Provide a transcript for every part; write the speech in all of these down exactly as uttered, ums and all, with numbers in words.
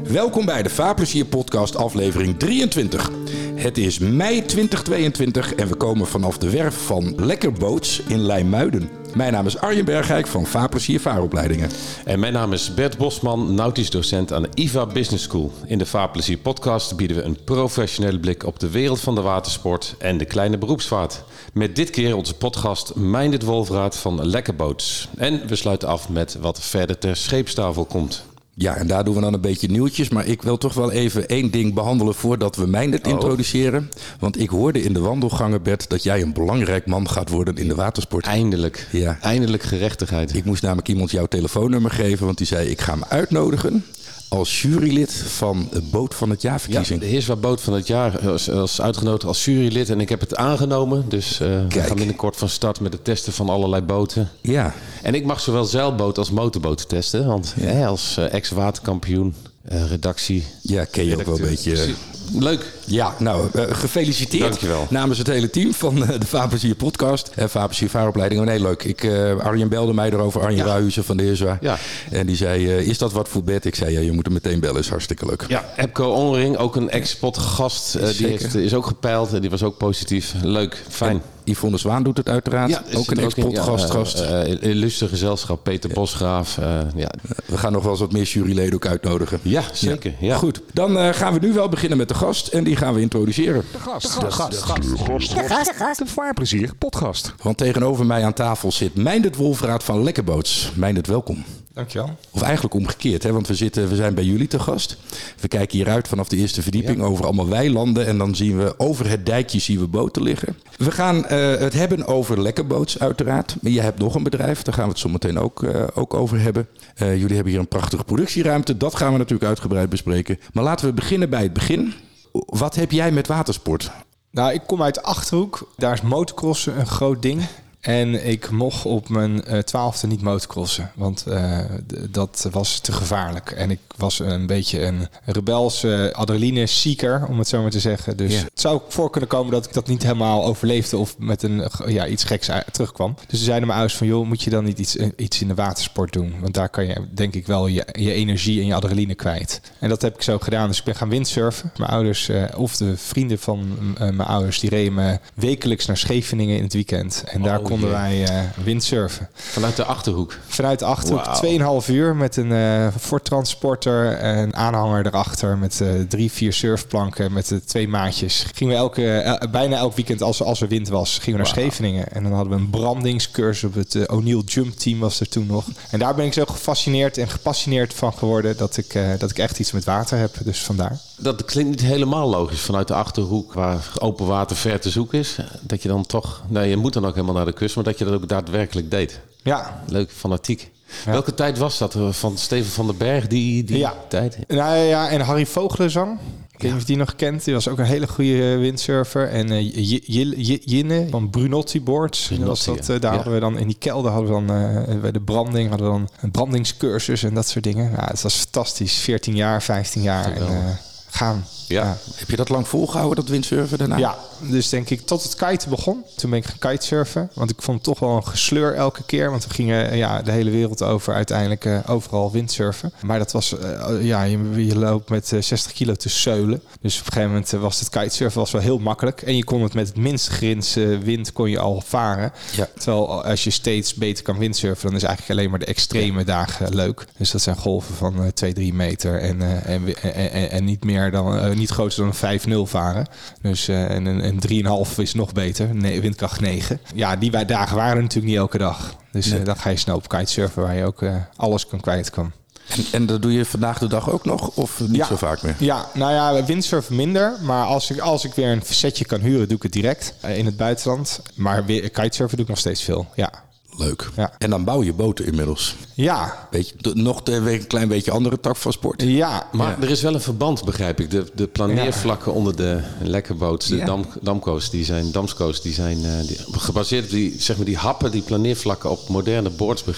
Welkom bij de Vaarplezier podcast aflevering drieëntwintig. Het is mei twintig tweeëntwintig en we komen vanaf de werf van Lekker Boats in Leimuiden. Mijn naam is Arjen Bergijk van Vaarplezier Vaaropleidingen. En mijn naam is Bert Bosman, nautisch docent aan de I V A Business School. In de Vaarplezier podcast bieden we een professionele blik op de wereld van de watersport en de kleine beroepsvaart. Met dit keer onze podcast Meindert Wolfraat van Lekker Boats. En we sluiten af met wat verder ter scheepstafel komt. Ja, en daar doen we dan een beetje nieuwtjes. Maar ik wil toch wel even één ding behandelen voordat we Meindert oh. introduceren. Want ik hoorde in de wandelgangen, Bert, dat jij een belangrijk man gaat worden in de watersport. Eindelijk. Ja. Eindelijk gerechtigheid. Ik moest namelijk iemand jouw telefoonnummer geven, want die zei ik ga hem uitnodigen als jurylid van de Boot van het Jaar verkiezing. Ja, de Heerswaard Boot van het Jaar was uitgenodigd als jurylid en ik heb het aangenomen. Dus uh, we gaan binnenkort van start met het testen van allerlei boten. Ja. En ik mag zowel zeilboot als motorboten testen. Want ja. hè, als uh, ex-waterkampioen, uh, redactie... Ja, ken je ook wel een beetje... Uh, Leuk. Ja, nou, uh, gefeliciteerd. Dankjewel. Namens het hele team van uh, de Vaarplezier podcast. Uh, Vaarplezier Vaaropleiding. Nee, leuk. Ik, uh, Arjen belde mij erover. Arjen ja. Ruijhuizen van de Heerswaard. Ja. En die zei, uh, is dat wat voor Bert? Ik zei, ja, je moet hem meteen bellen. Is hartstikke leuk. Ja, Epco Onring, ook een ex-podcast. Uh, die heeft, is ook gepeild. En die was ook positief. Leuk, fijn. En Yvonne Zwaan doet het uiteraard. Ja, ook een ex-podcastgast. Ja, uh, uh, illustre gezelschap. Peter Bosgraaf. Uh, ja. We gaan nog wel eens wat meer juryleden ook uitnodigen. Ja, zeker. Ja. Ja. Goed, dan uh, gaan we nu wel beginnen met de gast. En die gaan we introduceren. De gast. De gast. De gast. De gast. De gast. De gast. De Vaarplezier podcast. Want tegenover mij aan tafel zit Meindert Wolfraat van Lekker Boats. Meindert, welkom. Dankjewel. Of eigenlijk omgekeerd, hè? Want we, zitten, we zijn bij jullie te gast. We kijken hieruit vanaf de eerste verdieping ja. over allemaal weilanden. En dan zien we over het dijkje zien we boten liggen. We gaan uh, het hebben over Lekker Boats uiteraard. Maar je hebt nog een bedrijf, daar gaan we het zo meteen ook, uh, ook over hebben. Uh, jullie hebben hier een prachtige productieruimte. Dat gaan we natuurlijk uitgebreid bespreken. Maar laten we beginnen bij het begin. Wat heb jij met watersport? Nou, ik kom uit de Achterhoek. Daar is motocrossen een groot ding. En ik mocht op mijn uh, twaalfde niet motocrossen, want uh, d- dat was te gevaarlijk. En ik was een beetje een rebelse adrenaline-seeker, om het zo maar te zeggen. Dus yeah. het zou voor kunnen komen dat ik dat niet helemaal overleefde of met een, ja, iets geks terugkwam. Dus ze zeiden mijn ouders van, joh, moet je dan niet iets, iets in de watersport doen? Want daar kan je, denk ik, wel je, je energie en je adrenaline kwijt. En dat heb ik zo gedaan. Dus ik ben gaan windsurfen. Mijn ouders, uh, of de vrienden van uh, mijn ouders, die reden me wekelijks naar Scheveningen in het weekend. En daar oh. konden wij uh, windsurfen. Vanuit de Achterhoek? Vanuit de Achterhoek. Wow. tweeënhalf uur met een uh, Ford Transporter, een aanhanger erachter met uh, drie, vier surfplanken met uh, twee maatjes. Gingen we elke, uh, bijna elk weekend als, als er wind was, gingen we naar wow. Scheveningen. En dan hadden we een brandingscursus op het uh, O'Neill Jump Team was er toen nog. En daar ben ik zo gefascineerd en gepassioneerd van geworden dat ik, uh, dat ik echt iets met water heb. Dus vandaar. Dat klinkt niet helemaal logisch vanuit de Achterhoek, waar open water ver te zoeken is. Dat je dan toch, nee, je moet dan ook helemaal naar de kust, maar dat je dat ook daadwerkelijk deed. Ja. Leuk, fanatiek. Ja. Welke tijd was dat van Steven van den Berg, die, die ja. tijd? Nou ja, en Harry Vogelenzang. Ik weet niet of je die nog kent. Die was ook een hele goede windsurfer. En uh, J- J- J- Jinne van Brunotti Boards. Brunotti, was dat, uh, daar ja. hadden we dan in die kelder hadden we dan uh, bij de branding hadden we dan een brandingscursus en dat soort dingen. Nou, het was fantastisch. veertien jaar, vijftien jaar en uh, gaan. Ja. ja. Heb je dat lang volgehouden, dat windsurfen daarna? Ja, dus denk ik tot het kiten begon. Toen ben ik gaan kitesurfen. Want ik vond het toch wel een gesleur elke keer. Want we gingen ja, de hele wereld over uiteindelijk uh, overal windsurfen. Maar dat was, uh, ja, je, je loopt met uh, zestig kilo te zeulen. Dus op een gegeven moment uh, was het kitesurfen was wel heel makkelijk. En je kon het met het minste grins uh, wind kon je al varen. Ja. Terwijl als je steeds beter kan windsurfen, dan is eigenlijk alleen maar de extreme ja. dagen leuk. Dus dat zijn golven van uh, twee, drie meter. En, uh, en, en, en, en niet meer dan... Uh, niet groter dan een vijf nul varen. Dus uh, en een, een drie komma vijf is nog beter. Nee, windkracht negen. Ja, die dagen waren er natuurlijk niet elke dag. Dus nee. uh, dan ga je snel op kitesurfen waar je ook uh, alles kan kwijt kan. En, en dat doe je vandaag de dag ook nog? Of niet ja. zo vaak meer? Ja, nou ja, windsurfen minder. Maar als ik, als ik weer een setje kan huren, doe ik het direct uh, in het buitenland. Maar weer, kitesurfen doe ik nog steeds veel, ja. Leuk. Ja. En dan bouw je boten inmiddels. Ja. Beetje, nog een klein beetje andere tak van sport. Ja. Maar ja. er is wel een verband, begrijp ik. De, de planeervlakken ja. onder de lekkerboots, de ja. dam, damco's, die zijn, damsco's, die zijn uh, die, gebaseerd op die, zeg maar, die happen, die planeervlakken op moderne boards, begreep ik.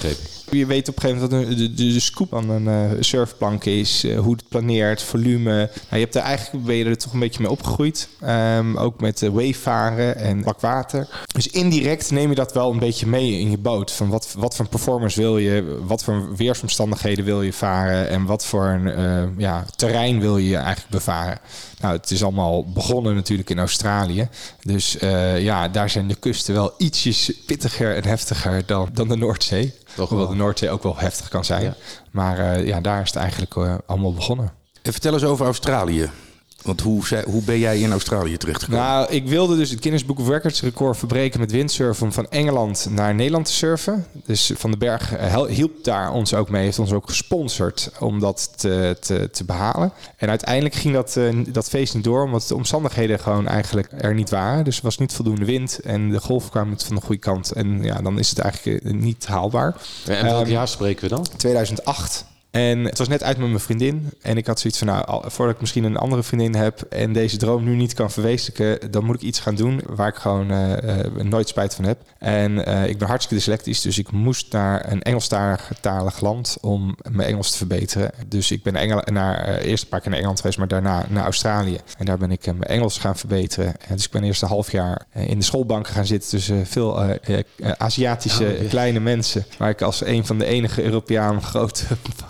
Je weet op een gegeven moment wat de, de, de scoop van een uh, surfplank is. Uh, hoe het planeert, volume. Nou, je hebt er eigenlijk ben je er toch een beetje mee opgegroeid. Um, ook met uh, wavevaren en vlak water. Dus indirect neem je dat wel een beetje mee in je boot. Van wat, wat voor performance wil je? Wat voor weersomstandigheden wil je varen? En wat voor een uh, ja, terrein wil je eigenlijk bevaren? Nou, het is allemaal begonnen natuurlijk in Australië. Dus uh, ja, daar zijn de kusten wel ietsjes pittiger en heftiger dan, dan de Noordzee. Toch Hoewel de Noordzee ook wel heftig kan zijn. Ja. Maar uh, ja, daar is het eigenlijk uh, allemaal begonnen. En vertel eens over Australië. Want hoe, hoe ben jij in Australië terechtgekomen? Nou, ik wilde dus het Guinness Book of Records record verbreken met windsurfen om van Engeland naar Nederland te surfen. Dus Van den Berg hielp daar ons ook mee, heeft ons ook gesponsord om dat te, te, te behalen. En uiteindelijk ging dat, uh, dat feest niet door, omdat de omstandigheden gewoon eigenlijk er niet waren. Dus er was niet voldoende wind en de golf kwam niet van de goede kant. En ja, dan is het eigenlijk niet haalbaar. En welk um, jaar spreken we dan? tweeduizend acht. En het was net uit met mijn vriendin. En ik had zoiets van, nou, voordat ik misschien een andere vriendin heb en deze droom nu niet kan verwezenlijken, dan moet ik iets gaan doen waar ik gewoon uh, uh, nooit spijt van heb. En uh, ik ben hartstikke dyslectisch, dus ik moest naar een Engelstalig land om mijn Engels te verbeteren. Dus ik ben Engel, naar, uh, eerst een paar keer naar Engeland geweest, maar daarna naar Australië. En daar ben ik uh, mijn Engels gaan verbeteren. En dus ik ben eerst een half jaar uh, in de schoolbanken gaan zitten tussen uh, veel uh, uh, Aziatische oh, yeah. kleine mensen, waar ik als een van de enige Europeanen grote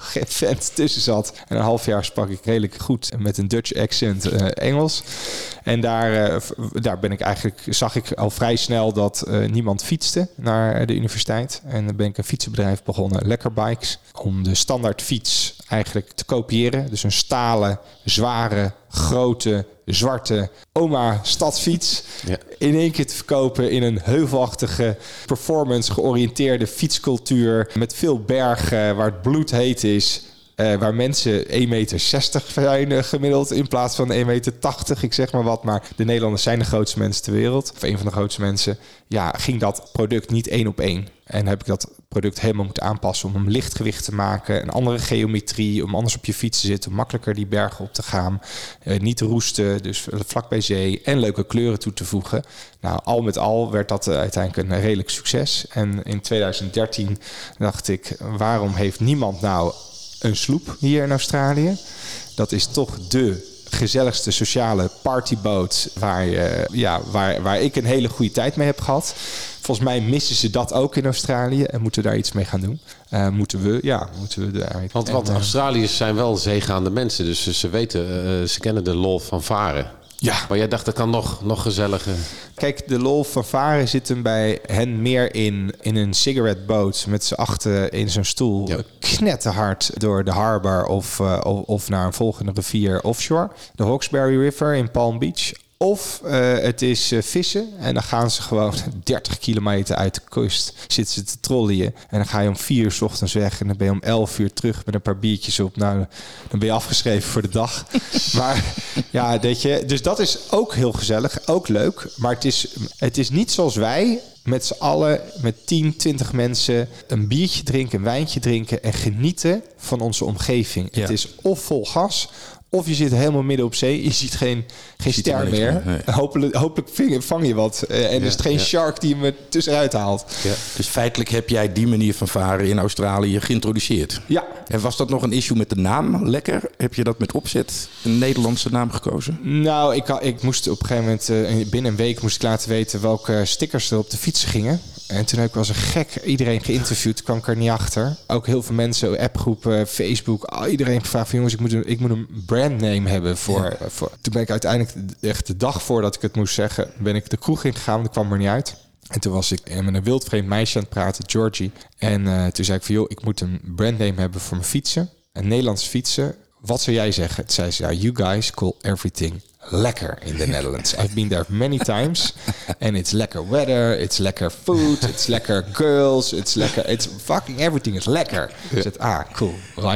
vent tussen zat. En een half jaar sprak ik redelijk goed met een Dutch accent uh, Engels. En daar, uh, daar ben ik eigenlijk, zag ik al vrij snel dat uh, niemand fietste naar de universiteit. En dan ben ik een fietsenbedrijf begonnen, Lekker Bikes, om de standaard fiets eigenlijk te kopiëren. Dus een stalen, zware, grote, zwarte oma stadsfiets ja. in één keer te verkopen in een heuvelachtige, performance georiënteerde fietscultuur met veel bergen waar het bloedheet is. Uh, waar mensen één meter zestig zijn uh, gemiddeld in plaats van één meter tachtig, ik zeg maar wat. Maar de Nederlanders zijn de grootste mensen ter wereld. Of een van de grootste mensen. Ja, ging dat product niet één op één. En heb ik dat product helemaal moeten aanpassen om hem lichtgewicht te maken. Een andere geometrie, om anders op je fiets te zitten. Om makkelijker die bergen op te gaan. Uh, niet te roesten, dus vlak bij zee. En leuke kleuren toe te voegen. Nou, al met al werd dat uh, uiteindelijk een redelijk succes. En in tweeduizend dertien dacht ik, waarom heeft niemand nou een sloep hier in Australië? Dat is toch de gezelligste sociale partyboot waar, je, ja, waar, waar ik een hele goede tijd mee heb gehad. Volgens mij missen ze dat ook in Australië en moeten we daar iets mee gaan doen. Uh, moeten we, ja, moeten we daar. Want, want uh, Australiërs zijn wel zeegaande mensen, dus ze, ze weten, uh, ze kennen de lol van varen. Ja. Maar jij dacht, dat kan nog, nog gezelliger. Kijk, de lol van varen zit hem bij hen meer in, in een cigaretteboot met z'n achten in zo'n stoel. Ja. Knetterhard door de harbor of, uh, of, of naar een volgende rivier offshore. De Hawkesbury River in Palm Beach. Of uh, het is uh, vissen en dan gaan ze gewoon dertig kilometer uit de kust. Zitten ze te trolleyen en dan ga je om vier uur 's ochtends weg. En dan ben je om elf uur terug met een paar biertjes op. Nou, dan ben je afgeschreven voor de dag. Maar ja, weet je, dus dat is ook heel gezellig, ook leuk. Maar het is, het is niet zoals wij met z'n allen, met tien, twintig mensen, een biertje drinken, een wijntje drinken en genieten van onze omgeving. Ja. Het is of vol gas, of je zit helemaal midden op zee. Je ziet geen, geen ziet ster meer. meer. Nee. Hopelijk, hopelijk ving, vang je wat. Uh, en ja, er is geen ja. shark die hem er tussenuit haalt. Ja. Dus feitelijk heb jij die manier van varen in Australië geïntroduceerd. Ja. En was dat nog een issue met de naam? Lekker? Heb je dat met opzet een Nederlandse naam gekozen? Nou, ik, ik moest op een gegeven moment, uh, binnen een week moest ik laten weten welke stickers er op de fietsen gingen. En toen heb ik wel eens een gek iedereen geïnterviewd. Toen kwam ik er niet achter. Ook heel veel mensen, appgroepen, Facebook. Oh, iedereen gevraagd van jongens, ik moet een, ik moet een brandname hebben. Voor, ja. voor. Toen ben ik uiteindelijk echt de dag voordat ik het moest zeggen, ben ik de kroeg ingegaan. Want ik kwam er niet uit. En toen was ik met een wildvreemd meisje aan het praten, Georgie. En uh, toen zei ik van joh, ik moet een brandname hebben voor mijn fietsen. Een Nederlands fietsen. Wat zou jij zeggen? Toen zei ze, ja, you guys call everything lekker in the Netherlands. I've been there many times. And it's lekker weather, it's lekker food, it's lekker girls, it's lekker, it's fucking everything is lekker. Ik zei, ah, cool.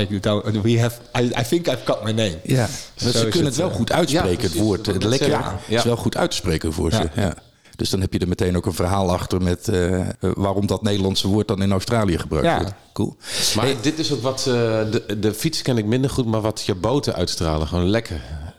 We have, I, I think I've got my name. Ja, so ze kunnen het wel goed uitspreken, ja, het woord. Het lekker ja. is wel goed uit te spreken voor ze. Ja. Ja. Dus dan heb je er meteen ook een verhaal achter met uh, waarom dat Nederlandse woord dan in Australië gebruikt ja. wordt. Cool. Maar hey, dit is ook wat, uh, de, de fiets ken ik minder goed, maar wat je boten uitstralen. Gewoon lekker.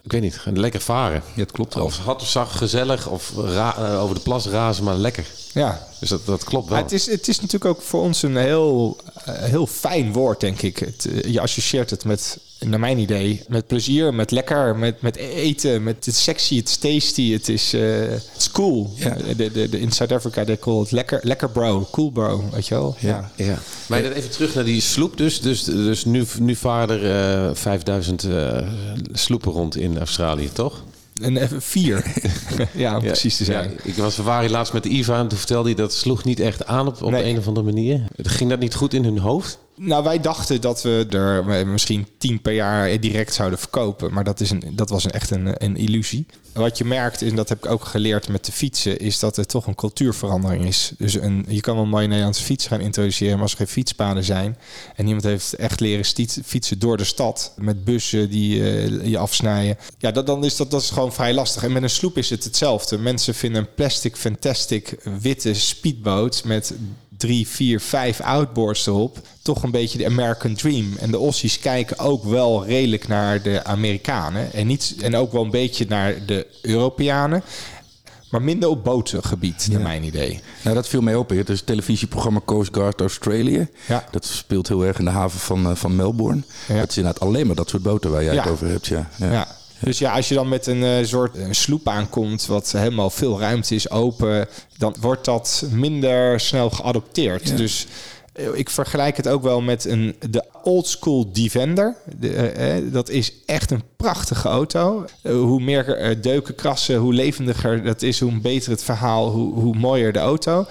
ik weet niet, lekker varen. Ja, dat klopt wel. Of had of zag gezellig of ra- uh, over de plas razen, maar lekker. Ja. Dus dat, dat klopt wel. Maar het, is, het is natuurlijk ook voor ons een heel, uh, heel fijn woord, denk ik. Het, uh, je associeert het met, naar mijn idee, met plezier, met lekker, met, met eten, met het sexy, het is tasty, het is, uh, het is cool. Ja. De, de, de, in South Africa, they call het lekker, lekker bro, cool bro, weet je wel? Ja. ja. ja. Maar dan even terug naar die sloep dus. Dus, dus nu, nu varen er uh, vijfduizend uh, sloepen rond in Australië, toch? En vier, ja, om ja, precies te zijn. Ja, ik was hier laatst met de I V A en toen vertelde hij dat sloeg niet echt aan op, op nee. een of andere manier. Ging dat niet goed in hun hoofd? Nou, wij dachten dat we er misschien tien per jaar direct zouden verkopen. Maar dat, is een, dat was een, echt een, een illusie. Wat je merkt, en dat heb ik ook geleerd met de fietsen, is dat er toch een cultuurverandering is. Dus een, je kan wel een mooie Nederlandse fiets gaan introduceren, maar als er geen fietspaden zijn en iemand heeft echt leren fietsen door de stad met bussen die uh, je afsnijden, ja, dat, dan is dat, dat is gewoon vrij lastig. En met een sloep is het hetzelfde. Mensen vinden een plastic, fantastic, witte speedboot met drie, vier, vijf outboards erop toch een beetje de American Dream. En de Aussies kijken ook wel redelijk naar de Amerikanen. En, niet, en ook wel een beetje naar de Europeanen. Maar minder op botengebied, naar ja. mijn idee. Nou, dat viel mij op. Het is het televisieprogramma Coast Guard Australia. Ja. Dat speelt heel erg in de haven van, uh, van Melbourne. Ja. Het is inderdaad alleen maar dat soort boten waar jij ja. het over hebt. Ja. Ja. ja. Dus ja, als je dan met een uh, soort uh, sloep aankomt, wat helemaal veel ruimte is, open, dan wordt dat minder snel geadopteerd. Ja. Dus uh, ik vergelijk het ook wel met een, de old school Defender. De, uh, uh, dat is echt een prachtige auto. Uh, hoe meer uh, deuken, krassen, hoe levendiger dat is, hoe beter het verhaal, hoe, hoe mooier de auto.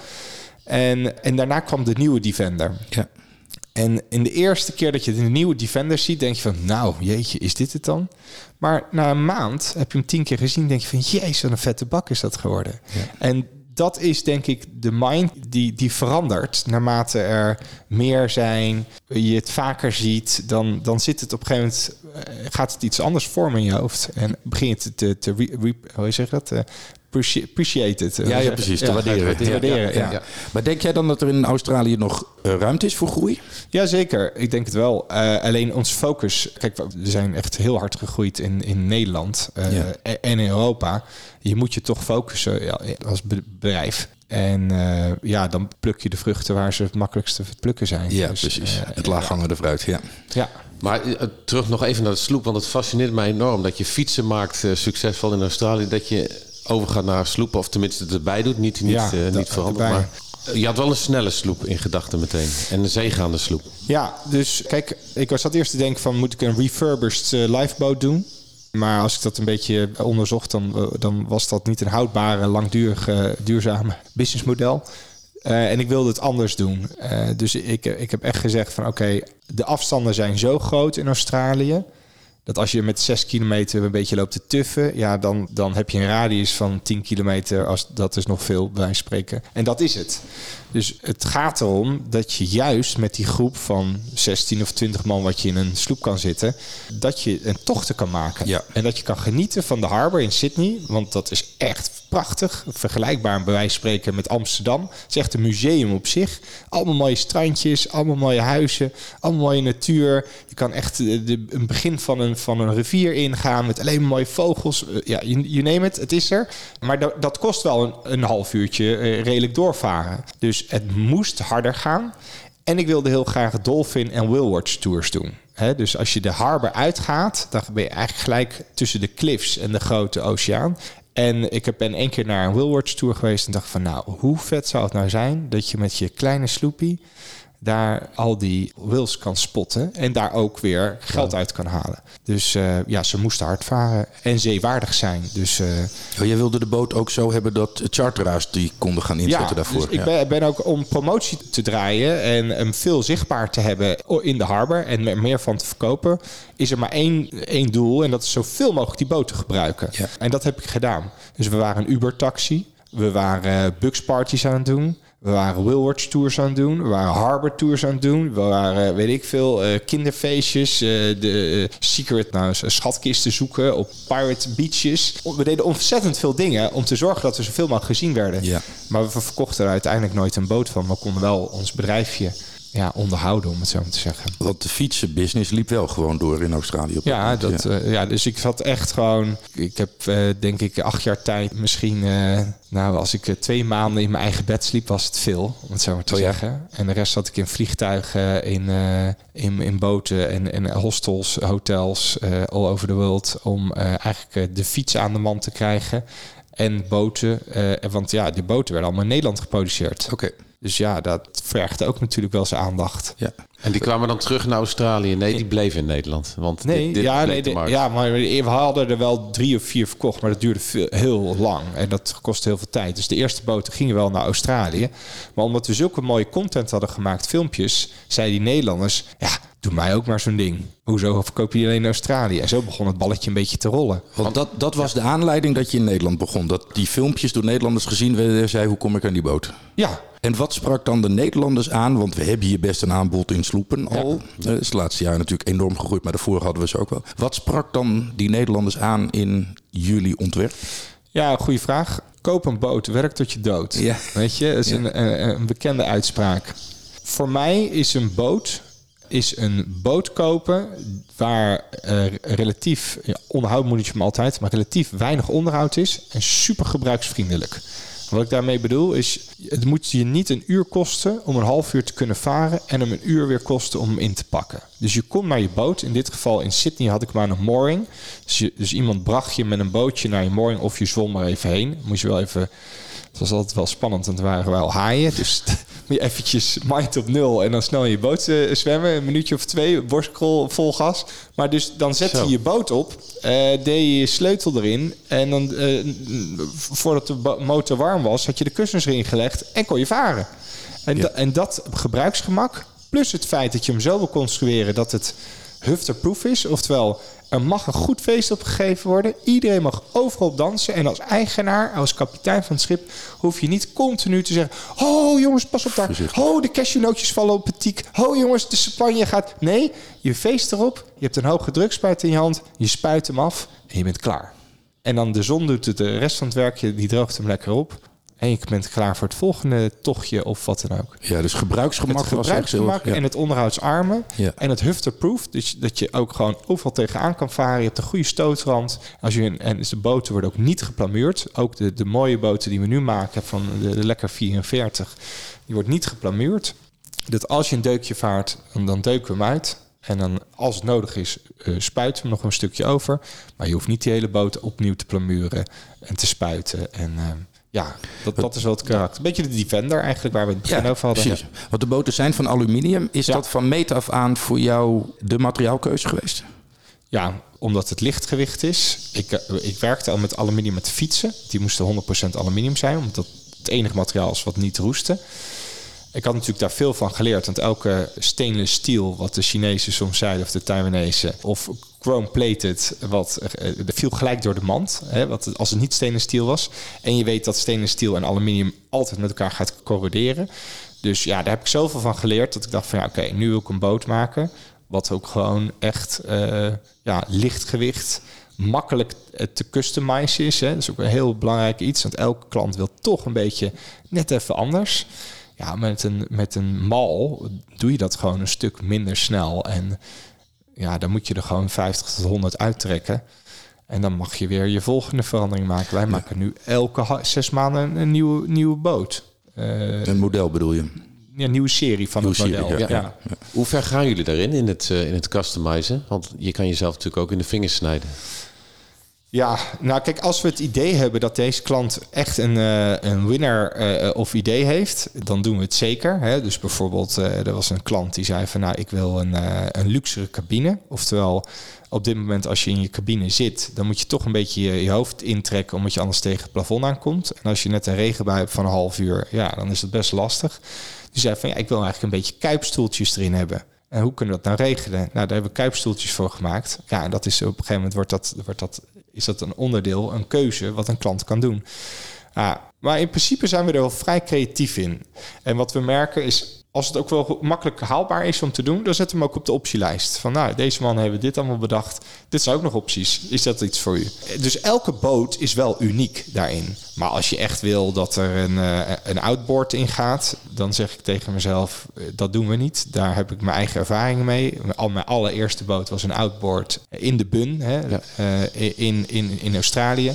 En, en daarna kwam de nieuwe Defender. Ja. En in de eerste keer dat je de nieuwe Defender ziet, denk je van, nou, jeetje, is dit het dan? Maar na een maand heb je hem tien keer gezien, denk je van, jezus, wat een vette bak is dat geworden. Ja. En dat is denk ik de mind die, die verandert naarmate er meer zijn, je het vaker ziet, dan, dan zit het op een gegeven moment, uh, gaat het iets anders vormen in je hoofd. En begin je te, te, te re, re, hoe zeg je dat? Uh, appreciate it. Ja, ja, precies. Te ja, waarderen. Te waarderen ja, ja, ja. Ja. Maar denk jij dan dat er in Australië nog uh, ruimte is voor groei? Jazeker, ik denk het wel. Uh, alleen ons focus... Kijk, we zijn echt heel hard gegroeid in, in Nederland uh, ja. en in Europa. Je moet je toch focussen ja, als bedrijf. En uh, ja, dan pluk je de vruchten waar ze het makkelijkste te plukken zijn. Ja, dus, precies. Uh, het laaghangende fruit, ja. Ja. Maar uh, terug nog even naar de sloep, want het fascineert mij enorm dat je fietsen maakt uh, succesvol in Australië. Dat je overgaat naar sloepen, of tenminste het erbij doet. Niet, niet, ja, uh, niet veranderd, maar je had wel een snelle sloep in gedachten meteen. En een zeegaande sloep. Ja, dus kijk, ik was zat eerst te denken van, moet ik een refurbished uh, lifeboat doen? Maar als ik dat een beetje onderzocht, dan, dan was dat niet een houdbare, langdurige, duurzame businessmodel. Uh, en ik wilde het anders doen. Uh, dus ik, ik heb echt gezegd van oké, okay, de afstanden zijn zo groot in Australië, dat als je met zes kilometer een beetje loopt te tuffen, ja, dan, dan heb je een radius van tien kilometer. Als, dat is nog veel, bij wijze van spreken. En dat is het. Dus het gaat erom dat je juist met die groep van zestien of twintig man wat je in een sloep kan zitten, dat je een tochten kan maken. Ja. En dat je kan genieten van de Harbour in Sydney, want dat is echt prachtig. Vergelijkbaar bij wijze van spreken met Amsterdam. Het is echt een museum op zich. Allemaal mooie strandjes, allemaal mooie huizen, allemaal mooie natuur. Je kan echt de, de, een begin van een, van een rivier ingaan met alleen maar mooie vogels. Ja, you, you name it, het is er. Maar dat, dat kost wel een, een half uurtje uh, redelijk doorvaren. Dus het moest harder gaan. En ik wilde heel graag Dolphin en Whale-watch tours doen. He, dus als je de Harbour uitgaat, dan ben je eigenlijk gelijk tussen de cliffs en de grote oceaan. En ik ben één keer naar een Whale-watch tour geweest en dacht van, nou, hoe vet zou het nou zijn dat je met je kleine sloepie daar al die whales kan spotten en daar ook weer geld uit kan halen. Dus uh, ja, ze moesten hard varen en zeewaardig zijn. Dus, uh, oh, jij wilde de boot ook zo hebben dat charteraars die konden gaan inzetten ja, daarvoor. Dus ik ben, ben ook om promotie te draaien en hem veel zichtbaar te hebben in de Harbour en er meer van te verkopen, is er maar één, één doel en dat is zoveel mogelijk die boot te gebruiken. Ja. En dat heb ik gedaan. Dus we waren een Uber-taxi, we waren Bugs-parties aan het doen, we waren Whale-watch tours aan het doen. We waren Harbour tours aan het doen. We waren, weet ik veel, uh, kinderfeestjes. Uh, de uh, secret, nou, schatkisten zoeken op pirate beaches. We deden ontzettend veel dingen om te zorgen dat we zoveel mogelijk gezien werden. Ja. Maar we verkochten er uiteindelijk nooit een boot van. We konden wel ons bedrijfje ja, onderhouden, om het zo maar te zeggen. Want de fietsenbusiness liep wel gewoon door in Australië. Ja, dat, ja. Uh, ja, dus ik zat echt gewoon... Ik heb uh, denk ik acht jaar tijd misschien... Uh, nou, als ik uh, twee maanden in mijn eigen bed sliep, was het veel, om het zo maar te oh, zeggen. Ja. En de rest zat ik in vliegtuigen, in, uh, in, in boten en, en hostels, hotels, uh, all over the world... om uh, eigenlijk uh, de fiets aan de man te krijgen... En boten, uh, want ja, die boten werden allemaal in Nederland geproduceerd. Oké. Okay. Dus ja, dat vergt ook natuurlijk wel zijn aandacht. Ja. En die kwamen dan terug naar Australië? Nee, die bleven in Nederland. Want nee, dit, dit ja, nee de, ja, maar we hadden er wel drie of vier verkocht, maar dat duurde veel, heel lang. En dat kostte heel veel tijd. Dus de eerste boten gingen wel naar Australië. Maar omdat we zulke mooie content hadden gemaakt, filmpjes, zeiden die Nederlanders... ja, doe mij ook maar zo'n ding. Hoezo verkoop je alleen in Australië? En zo begon het balletje een beetje te rollen. Want dat, dat was de aanleiding dat je in Nederland begon. Dat die filmpjes door Nederlanders gezien werden. Zei, hoe kom ik aan die boot? Ja. En wat sprak dan de Nederlanders aan? Want we hebben hier best een aanbod in sloepen al. Ja. Dat is het laatste jaar natuurlijk enorm gegroeid. Maar daarvoor hadden we ze ook wel. Wat sprak dan die Nederlanders aan in jullie ontwerp? Ja, goede vraag. Koop een boot, werk tot je dood. Ja. Weet je, dat is ja. een, een, een bekende uitspraak. Voor mij is een boot... is een boot kopen waar uh, relatief, ja, onderhoud moet je hem altijd, maar relatief weinig onderhoud is en super gebruiksvriendelijk. Wat ik daarmee bedoel is, het moet je niet een uur kosten om een half uur te kunnen varen en hem een uur weer kosten om hem in te pakken. Dus je komt naar je boot. In dit geval in Sydney had ik maar een mooring. Dus, je, dus iemand bracht je met een bootje naar je mooring of je zwom er even heen. Moest je wel even... Het was altijd wel spannend, want het waren wel haaien. Dus moet je eventjes mind op nul en dan snel in je boot uh, zwemmen. Een minuutje of twee, borstkrol vol gas. Maar dus dan zet je je boot op, uh, deed je je sleutel erin. En dan, uh, voordat de bo- motor warm was, had je de kussens erin gelegd en kon je varen. En, ja. da- en dat gebruiksgemak, plus het feit dat je hem zo wil construeren dat het hufterproof is. Oftewel, er mag een goed feest opgegeven worden. Iedereen mag overal op dansen. En als eigenaar, als kapitein van het schip, hoef je niet continu te zeggen: oh jongens, pas op daar. Oh, de cashewnootjes vallen op het tiek. Oh jongens, de champagne gaat. Nee, je feest erop. Je hebt een hoge drukspuit in je hand. Je spuit hem af en je bent klaar. En dan de zon doet het de rest van het werk. Die droogt hem lekker op. En je bent klaar voor het volgende tochtje of wat dan ook. Ja, dus gebruiksgemak. Het gebruiksgemak was ja. en het onderhoudsarme. Ja. En het hufterproof. Dus dat je ook gewoon overal tegenaan kan varen. Je hebt een goede stootrand. Als je een, en de boten worden ook niet geplamuurd. Ook de, de mooie boten die we nu maken van de, de Lekker vierenveertig. Die wordt niet geplamuurd. Dat als je een deukje vaart, dan, dan deuken we hem uit. En dan, als het nodig is, uh, spuiten we nog een stukje over. Maar je hoeft niet die hele boot opnieuw te plamuren en te spuiten. En... Uh, Ja, dat, dat is wel het karakter. Een beetje de Defender eigenlijk, waar we het begin ja, over hadden. Precies. Want de boten zijn van aluminium. Is ja. dat van meet af aan voor jou de materiaalkeuze geweest? Ja, omdat het lichtgewicht is. Ik, ik werkte al met aluminium met fietsen. Die moesten honderd procent aluminium zijn, omdat dat het enige materiaal is wat niet roestte. Ik had natuurlijk daar veel van geleerd. Want elke stainless steel, wat de Chinezen soms zeiden, of de Taiwanese, of chrome-plated, wat uh, viel gelijk door de mand. Hè, wat, als het niet stainless steel was. En je weet dat stainless steel en aluminium altijd met elkaar gaat corroderen. Dus ja, daar heb ik zoveel van geleerd dat ik dacht van ja, oké, okay, nu wil ik een boot maken. Wat ook gewoon echt uh, ja, lichtgewicht, makkelijk te customizen is. Hè. Dat is ook een heel belangrijk iets. Want elke klant wil toch een beetje net even anders. Ja, met een, met een mal doe je dat gewoon een stuk minder snel. En ja, dan moet je er gewoon vijftig tot honderd uittrekken. En dan mag je weer je volgende verandering maken. Wij maken nu elke ha- zes maanden een, een nieuwe, nieuwe boot. Uh, een model bedoel je? Ja, een nieuwe serie van nieuwe het model. Serie, ja. Ja. Ja. Ja. Hoe ver gaan jullie daarin, in het, uh, in het customizen? Want je kan jezelf natuurlijk ook in de vingers snijden. Ja, nou kijk, als we het idee hebben dat deze klant echt een, uh, een winner uh, of idee heeft, dan doen we het zeker. Hè? Dus bijvoorbeeld, uh, er was een klant die zei van, nou, ik wil een, uh, een luxere cabine. Oftewel, op dit moment als je in je cabine zit, dan moet je toch een beetje je, je hoofd intrekken, omdat je anders tegen het plafond aankomt. En als je net een regenbui hebt van een half uur, ja, dan is het best lastig. Die zei van, ja, ik wil eigenlijk een beetje kuipstoeltjes erin hebben. En hoe kunnen we dat nou regelen? Nou, daar hebben we kuipstoeltjes voor gemaakt. Ja, en dat is op een gegeven moment wordt dat, wordt dat, is dat een onderdeel, een keuze wat een klant kan doen. Ja, maar in principe zijn we er wel vrij creatief in. En wat we merken is, als het ook wel makkelijk haalbaar is om te doen, dan zet hem ook op de optielijst. Van nou, deze man hebben dit allemaal bedacht. Dit zijn ook nog opties. Is dat iets voor u? Dus elke boot is wel uniek daarin. Maar als je echt wil dat er een, uh, een outboard in gaat, dan zeg ik tegen mezelf, dat doen we niet. Daar heb ik mijn eigen ervaringen mee. Al mijn allereerste boot was een outboard in de Bun, hè, ja. uh, in, in, in Australië.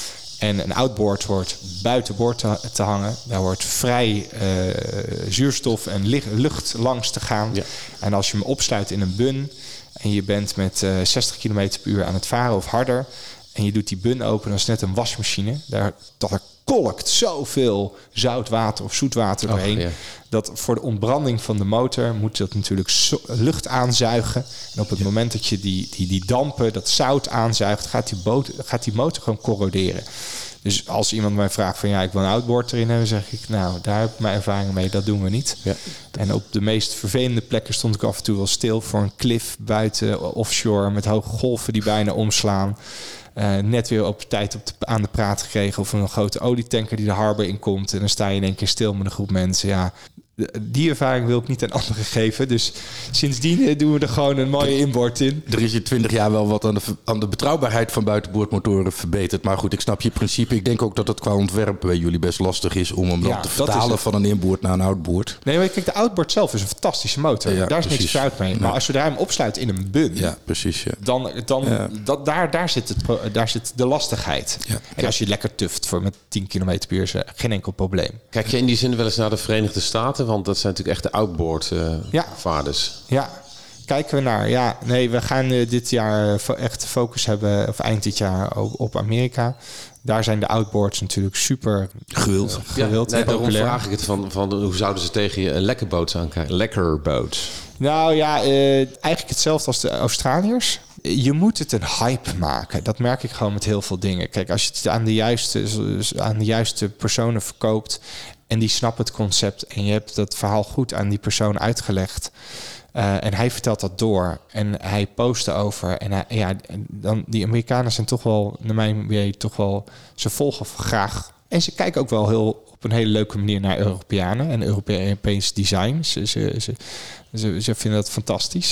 En een outboard hoort buiten boord te, te hangen. Daar hoort vrij uh, zuurstof en lucht langs te gaan. Ja. En als je hem opsluit in een bun en je bent met uh, zestig kilometer per uur aan het varen of harder, en je doet die bun open, dan is het net een wasmachine. Daar, daar kolkt zoveel zout water of zoet water doorheen. Oh, ja. Dat voor de ontbranding van de motor moet dat natuurlijk zo, lucht aanzuigen. En op het ja. moment dat je die, die, die dampen, dat zout aanzuigt, gaat die, boot, gaat die motor gewoon corroderen. Dus als iemand mij vraagt van ja, ik wil een outboard erin hebben, zeg ik nou, daar heb ik mijn ervaring mee, dat doen we niet. Ja. En op de meest vervelende plekken stond ik af en toe wel stil voor een cliff buiten offshore met hoge golven die bijna omslaan. Uh, net weer op tijd op de, aan de praat gekregen of een grote olietanker die de harbor in komt. En dan sta je in één keer stil met een groep mensen. Ja, die ervaring wil ik niet aan anderen geven. Dus sindsdien doen we er gewoon een mooie inboord in. Er is in twintig jaar wel wat aan de, aan de betrouwbaarheid van buitenboordmotoren verbeterd. Maar goed, ik snap je principe. Ik denk ook dat het qua ontwerp bij jullie best lastig is om hem ja, dan te vertalen van een inboord naar een outboard. Nee, maar kijk, de outboard zelf is een fantastische motor. Ja, daar is precies. niks fout mee. Maar nee. als we daar hem opsluit in een bun, ja, precies, ja. dan, dan ja. dat, daar, daar, zit het, daar zit de lastigheid. Ja. En als je lekker tuft voor met tien kilometer per uur, is geen enkel probleem. Kijk je in die zin wel eens naar de Verenigde Staten? Want dat zijn natuurlijk echt de outboard uh, ja. vaarders. Ja, kijken we naar. Ja, nee, we gaan uh, dit jaar fo- echt focus hebben, of eind dit jaar ook op Amerika. Daar zijn de outboards natuurlijk super gewild. Uh, gewild ja, nee, daarom vraag ik het van, van hoe zouden ze tegen je een lekker boot aankijken? Lekker boot. Nou ja, uh, eigenlijk hetzelfde als de Australiërs. Je moet het een hype maken. Dat merk ik gewoon met heel veel dingen. Kijk, als je het aan de juiste, aan de juiste personen verkoopt en die snappen het concept en je hebt dat verhaal goed aan die persoon uitgelegd uh, en hij vertelt dat door en hij post erover en hij, ja, dan die Amerikanen zijn toch wel, naar mijn idee, toch wel, ze volgen graag en ze kijken ook wel heel op een hele leuke manier naar Europeanen en Europees design. Ze, ze, ze, ze, ze vinden dat fantastisch.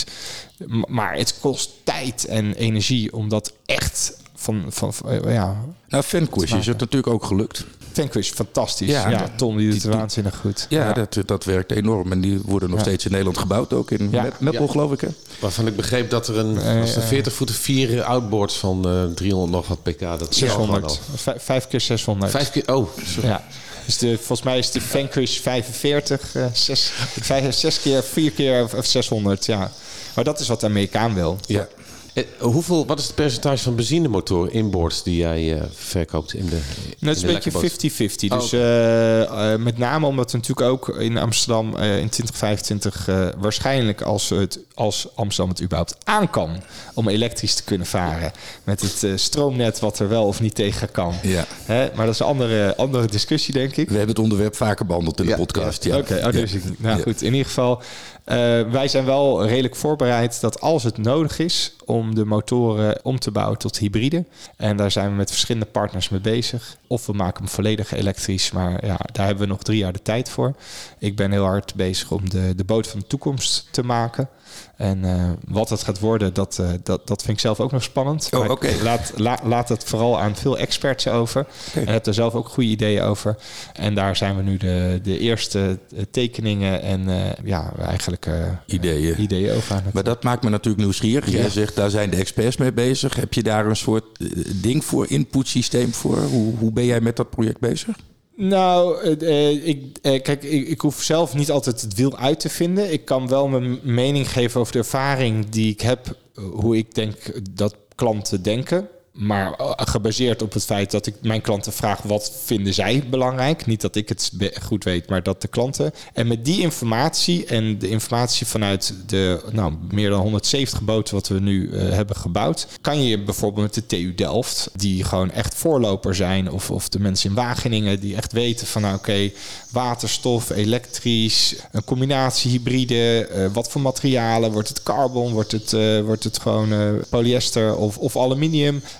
Maar het kost tijd en energie om dat echt van... van, van ja, nou, Vanquish is het natuurlijk ook gelukt. Vanquish, fantastisch. Ja, ja Tom, die doet het waanzinnig goed. Ja, ja. Dat, dat werkt enorm. En die worden nog ja. steeds in Nederland gebouwd. Ook in ja. Meppel, ja. geloof ik. Hè? Waarvan ik begreep dat er een, was een veertig voeten vier outboards van uh, driehonderd nog wat pk. Dat zeshonderd. Vijf, vijf keer zeshonderd. Vijf keer, oh. Sorry. Ja. Dus de, volgens mij is de Vanquish vijfenveertig. Uh, zes, vijf, zes keer, vier keer of, of zeshonderd. Ja. Maar dat is wat de Amerikaan wil. Ja. Eh, hoeveel, wat is het percentage van benzinemotor inboards die jij uh, verkoopt in de in nou, Het is een beetje vijftig vijftig. Dus oh, okay. uh, uh, met name omdat we natuurlijk ook in Amsterdam uh, in twintig vijfentwintig... Uh, waarschijnlijk als, het, als Amsterdam het überhaupt aan kan om elektrisch te kunnen varen. Met het uh, stroomnet wat er wel of niet tegen kan. Ja. Hè? Maar dat is een andere, andere discussie, denk ik. We hebben het onderwerp vaker behandeld in ja. de podcast. Ja. Oké, okay, oh, dus ja. nou ja. goed. In ieder geval... Uh, wij zijn wel redelijk voorbereid dat als het nodig is om de motoren om te bouwen tot hybride. En daar zijn we met verschillende partners mee bezig. Of we maken hem volledig elektrisch, maar ja, daar hebben we nog drie jaar de tijd voor. Ik ben heel hard bezig om de, de boot van de toekomst te maken. En uh, wat het gaat worden, dat, uh, dat, dat vind ik zelf ook nog spannend. Oh, okay. laat, la, laat het vooral aan veel experts over. Okay. En heb er zelf ook goede ideeën over. En daar zijn we nu de, de eerste tekeningen en uh, ja, eigenlijk uh, ideeën. Uh, ideeën over aan het... Maar dat maakt me natuurlijk nieuwsgierig. Ja. Jij zegt, daar zijn de experts mee bezig. Heb je daar een soort uh, ding voor, inputsysteem voor? Hoe, hoe ben jij met dat project bezig? Nou, uh, ik, uh, kijk, ik, ik hoef zelf niet altijd het wiel uit te vinden. Ik kan wel mijn mening geven over de ervaring die ik heb, uh, hoe ik denk dat klanten denken. Maar uh, gebaseerd op het feit dat ik mijn klanten vraag wat vinden zij belangrijk. Niet dat ik het be- goed weet, maar dat de klanten. En met die informatie en de informatie vanuit de nou, meer dan honderdzeventig boten wat we nu uh, hebben gebouwd, kan je bijvoorbeeld met de T U Delft, die gewoon echt voorloper zijn, of, of de mensen in Wageningen die echt weten van nou, oké, okay, waterstof, elektrisch, een combinatie hybride, uh, wat voor materialen, wordt het carbon, wordt het, uh, wordt het gewoon uh, polyester of, of aluminium.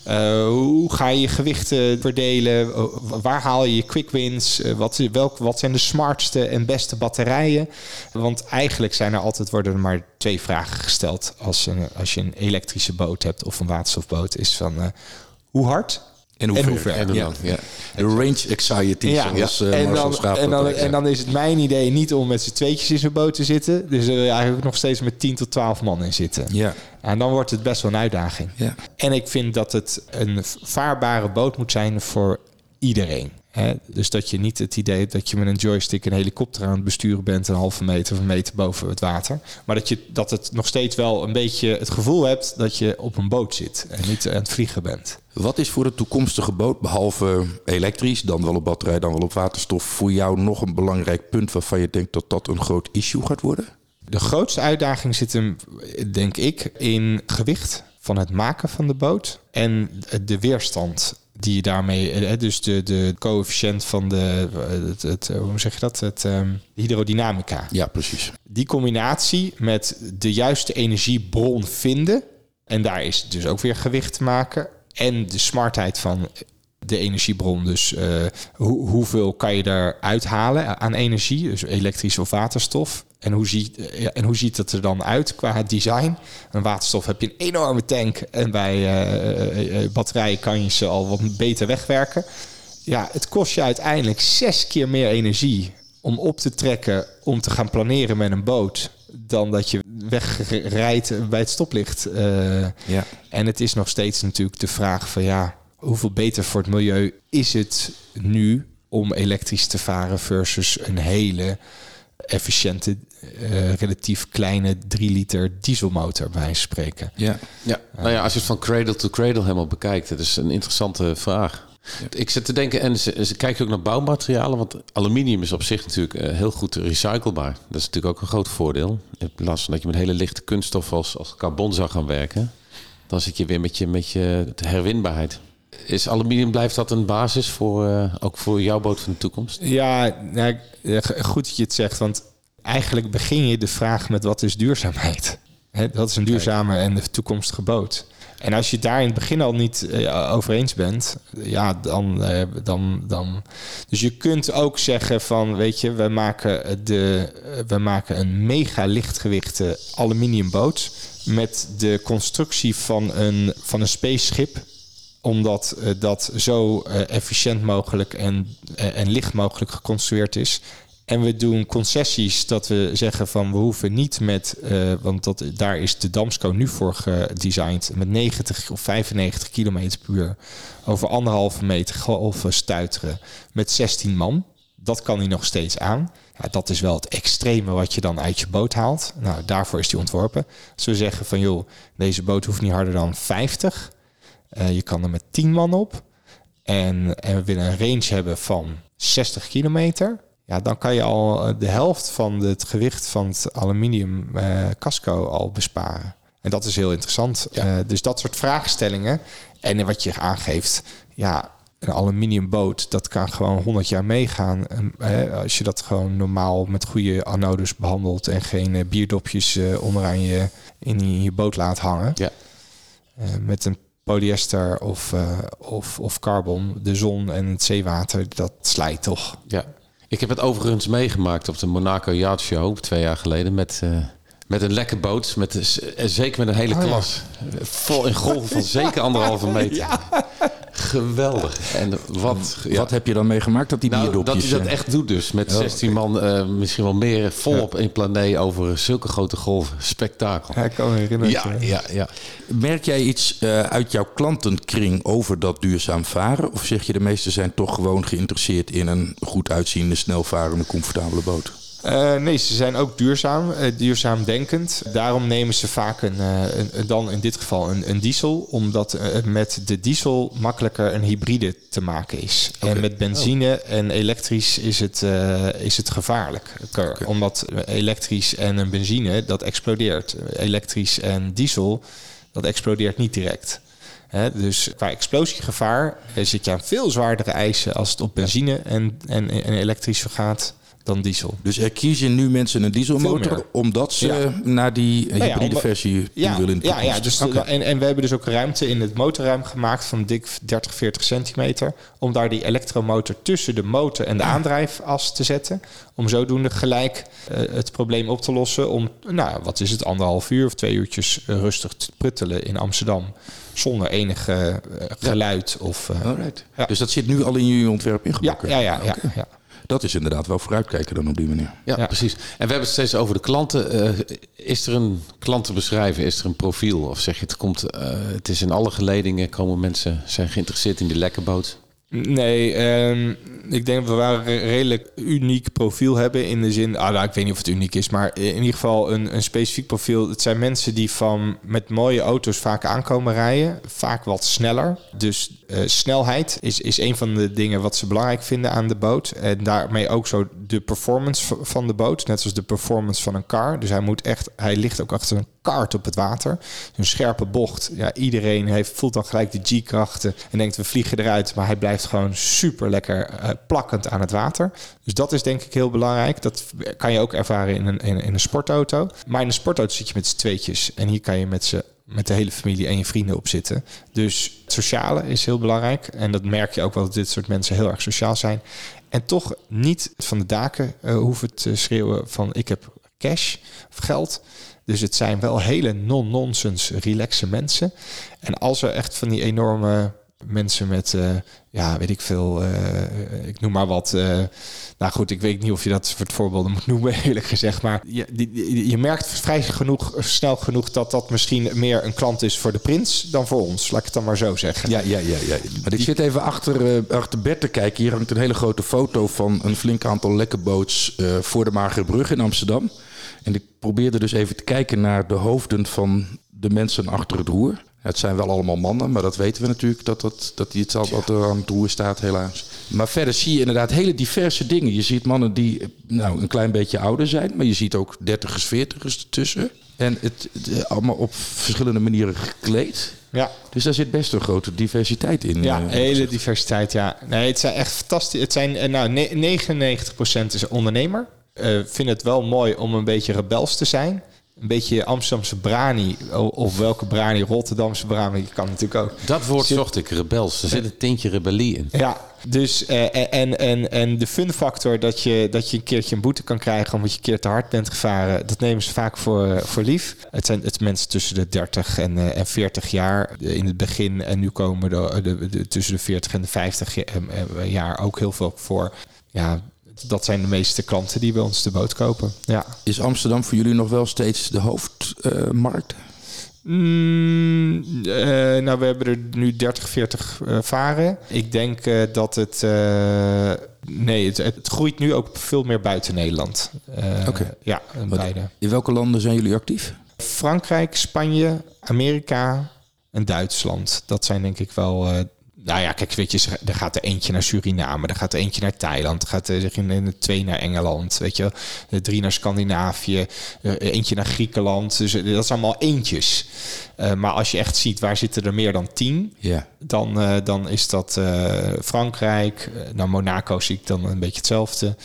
Uh, hoe ga je je gewichten verdelen? Uh, waar haal je je quick wins? Uh, wat, welk, wat zijn de smartste en beste batterijen? Want eigenlijk zijn er altijd worden er maar twee vragen gesteld als, een, als je een elektrische boot hebt of een waterstofboot. Is van uh, hoe hard? En hoe, en ver, hoe ver. En ja. Ja. De range anxiety. Ja, zoals, uh, en, dan, Schaap en, dan, ook, en dan is het mijn idee niet om met z'n tweetjes in zo'n boot te zitten. Dus er wil je eigenlijk nog steeds met tien tot twaalf man in zitten. Ja. En dan wordt het best wel een uitdaging. Ja. En ik vind dat het een vaarbare boot moet zijn voor iedereen. Hè? Dus dat je niet het idee hebt dat je met een joystick een helikopter aan het besturen bent, een halve meter of een meter boven het water. Maar dat je dat het nog steeds wel een beetje het gevoel hebt dat je op een boot zit en niet aan het vliegen bent. Wat is voor de toekomstige boot, behalve elektrisch, dan wel op batterij, dan wel op waterstof, voor jou nog een belangrijk punt waarvan je denkt dat dat een groot issue gaat worden? De grootste uitdaging zit hem, denk ik, in gewicht van het maken van de boot en de weerstand die je daarmee, dus de, de coëfficiënt van de, het, het, hoe zeg je dat, het um, hydrodynamica. Ja, precies. Die combinatie met de juiste energiebron vinden, en daar is dus ook weer gewicht te maken, en de smartheid van de energiebron. Dus uh, hoe, hoeveel kan je daaruit halen aan energie, dus elektrisch of waterstof. En hoe, ziet, ja, en hoe ziet het er dan uit qua design? Een waterstof heb je een enorme tank en bij uh, uh, batterijen kan je ze al wat beter wegwerken. Ja, het kost je uiteindelijk zes keer meer energie om op te trekken, om te gaan planeren met een boot, dan dat je wegrijdt bij het stoplicht. Uh, ja. En het is nog steeds natuurlijk de vraag van ja, hoeveel beter voor het milieu is het nu om elektrisch te varen versus een hele efficiënte, uh, relatief kleine drie liter dieselmotor bij wijze van spreken. Ja. Ja. Uh, nou ja, als je het van cradle to cradle helemaal bekijkt, dat is een interessante vraag. Ja. Ik zit te denken, en ze, ze kijken ook naar bouwmaterialen, want aluminium is op zich natuurlijk uh, heel goed recyclebaar. Dat is natuurlijk ook een groot voordeel. In plaats van dat je met hele lichte kunststoffen als, als carbon zou gaan werken, dan zit je weer met je, met je herwinbaarheid. Is aluminium, blijft dat een basis voor uh, ook voor jouw boot van de toekomst? Ja, nou, goed dat je het zegt, want eigenlijk begin je de vraag met wat is duurzaamheid? He, dat is een duurzame en de toekomstige boot. En als je daar in het begin al niet uh, over eens bent, ja, dan, uh, dan, dan. Dus je kunt ook zeggen van, weet je, we maken de, uh, we maken een mega lichtgewichte aluminiumboot met de constructie van een van een spaceschip, omdat uh, dat zo uh, efficiënt mogelijk en, uh, en licht mogelijk geconstrueerd is. En we doen concessies dat we zeggen van we hoeven niet met, uh, want dat, daar is de Damsco nu voor gedesigned, met negentig of vijfennegentig kilometer per uur over anderhalve meter golven stuiteren met zestien man. Dat kan hij nog steeds aan. Ja, dat is wel het extreme wat je dan uit je boot haalt. Nou, daarvoor is die ontworpen. Als we zeggen van joh, deze boot hoeft niet harder dan vijftig. Uh, je kan er met tien man op. En, en we willen een range hebben van zestig kilometer. Ja, dan kan je al de helft van het gewicht van het aluminium uh, casco al besparen. En dat is heel interessant. Ja. Uh, dus dat soort vraagstellingen. En wat je aangeeft, ja, een aluminiumboot, dat kan gewoon honderd jaar meegaan. Uh, als je dat gewoon normaal met goede anodes behandelt en geen uh, bierdopjes uh, onderaan je in je boot laat hangen. Ja. Uh, met een polyester of, uh, of, of carbon, de zon en het zeewater, dat slijt toch. Ja. Ik heb het overigens meegemaakt op de Monaco Yacht Show twee jaar geleden met, uh, met een lekke boot, met uh, zeker met een hele klas, oh, ja. Vol in golven van zeker anderhalve meter. Ja. Geweldig. En wat, ja. wat heb je dan meegemaakt dat die nou, bierdopjes... Dat hij dat echt doet dus. Met oh, zestien man, uh, misschien wel meer, volop ja. in plané over zulke grote golven. Spektakel. Ja, ik kan me herinneren. Ja, ja, ja. Merk jij iets uh, uit jouw klantenkring over dat duurzaam varen? Of zeg je de meesten zijn toch gewoon geïnteresseerd in een goed uitziende, snelvarende, comfortabele boot? Uh, nee, ze zijn ook duurzaam, uh, duurzaam denkend. Daarom nemen ze vaak een, uh, een, dan in dit geval een, een diesel, omdat uh, met de diesel makkelijker een hybride te maken is. Okay. En met benzine oh. en elektrisch is het, uh, is het gevaarlijk. Okay. Omdat elektrisch en een benzine, dat explodeert. Elektrisch en diesel, dat explodeert niet direct. He, dus qua explosiegevaar zit je aan veel zwaardere eisen als het op benzine en, en, en elektrisch gaat. dan diesel. Dus er kiezen nu mensen een dieselmotor omdat ze ja. naar die hybride ja, ja, versie ja, willen. Ja, ja dus okay. en, en we hebben dus ook ruimte in het motorruim gemaakt van dik dertig, veertig centimeter. Om daar die elektromotor tussen de motor en de aandrijfas te zetten. Om zodoende gelijk uh, het probleem op te lossen. Om, nou, wat is het, anderhalf uur of twee uurtjes uh, rustig te pruttelen in Amsterdam. Zonder enig uh, geluid. Ja. Of, uh, ja. Dus dat zit nu al in jullie ontwerp ingebakken? Ja, ja, ja. Okay. ja, ja. Dat is inderdaad wel vooruitkijken dan op die manier. Ja, ja, precies. En we hebben het steeds over de klanten. Uh, is er een klant te beschrijven? Is er een profiel? Of zeg je het komt, uh, het is in alle geledingen, komen mensen, zijn geïnteresseerd in die lekkerboot? Nee, um, ik denk dat we wel een redelijk uniek profiel hebben in de zin... Ah, nou, ik weet niet of het uniek is, maar in ieder geval een, een specifiek profiel. Het zijn mensen die van met mooie auto's vaak aankomen rijden. Vaak wat sneller. Dus uh, snelheid is, is een van de dingen wat ze belangrijk vinden aan de boot. En daarmee ook zo de performance van de boot. Net zoals de performance van een car. Dus hij moet echt, hij ligt ook achter een kart op het water. Een scherpe bocht. Ja, iedereen heeft, voelt dan gelijk de G-krachten en denkt we vliegen eruit. Maar hij blijft gewoon super lekker uh, plakkend aan het water. Dus dat is denk ik heel belangrijk. Dat kan je ook ervaren in een, in, in een sportauto. Maar in een sportauto zit je met z'n tweetjes. En hier kan je met z'n met de hele familie en je vrienden op zitten. Dus het sociale is heel belangrijk. En dat merk je ook wel dat dit soort mensen heel erg sociaal zijn. En toch niet van de daken uh, hoeven te schreeuwen van ik heb cash of geld. Dus het zijn wel hele non-nonsense, relaxe mensen. En als er echt van die enorme mensen met, uh, ja, weet ik veel, uh, ik noem maar wat. Uh, nou goed, ik weet niet of je dat voor het voorbeelden moet noemen, eerlijk gezegd. Maar je, die, je merkt vrij genoeg, snel genoeg dat dat misschien meer een klant is voor de prins dan voor ons. Laat ik het dan maar zo zeggen. Ja, ja, ja. ja. Maar ik zit even achter, uh, achter Bert te kijken. Hier hangt een hele grote foto van een flink aantal lekkerboots uh, voor de Magerbrug in Amsterdam. En ik probeerde dus even te kijken naar de hoofden van de mensen achter het roer. Het zijn wel allemaal mannen, maar dat weten we natuurlijk dat, dat, dat die het altijd aan het roer staat, helaas. Maar verder zie je inderdaad hele diverse dingen. Je ziet mannen die nou, een klein beetje ouder zijn, maar je ziet ook dertigers, veertigers ertussen. En het, het allemaal op verschillende manieren gekleed. Ja. Dus daar zit best een grote diversiteit in. Ja, uh, hele gezegd. diversiteit, ja. Nee, het zijn echt fantastisch. Het zijn, nou, negenennegentig procent is ondernemer. Ik uh, vind het wel mooi om een beetje rebels te zijn. Een beetje Amsterdamse brani, of welke brani, Rotterdamse brani, kan natuurlijk ook. Dat woord zit, zocht ik, rebels. Er zit een tintje rebellie in. Ja, dus uh, en, en, en de fun factor dat je, dat je een keertje een boete kan krijgen omdat je een keer te hard bent gevaren, dat nemen ze vaak voor, voor lief. Het zijn het mensen tussen de dertig en, uh, en veertig jaar in het begin en nu komen de, de, de, tussen de veertig en de vijftig jaar ook heel veel voor. Ja, dat zijn de meeste klanten die bij ons de boot kopen. Ja. Is Amsterdam voor jullie nog wel steeds de hoofdmarkt? Uh, mm, uh, nou, we hebben er nu dertig, veertig uh, varen. Ik denk uh, dat het... Uh, nee, het, het groeit nu ook veel meer buiten Nederland. Uh, Oké. Okay. Ja, beide. In welke landen zijn jullie actief? Frankrijk, Spanje, Amerika en Duitsland. Dat zijn denk ik wel... Uh, Nou ja, kijk, weet je, er gaat er eentje naar Suriname, er gaat er eentje naar Thailand, er gaat er in twee naar Engeland, weet je, drie naar Scandinavië, eentje naar Griekenland. Dus dat zijn allemaal eentjes. Uh, maar als je echt ziet, waar zitten er meer dan tien, yeah. dan, uh, dan is dat uh, Frankrijk, nou Monaco zie ik dan een beetje hetzelfde,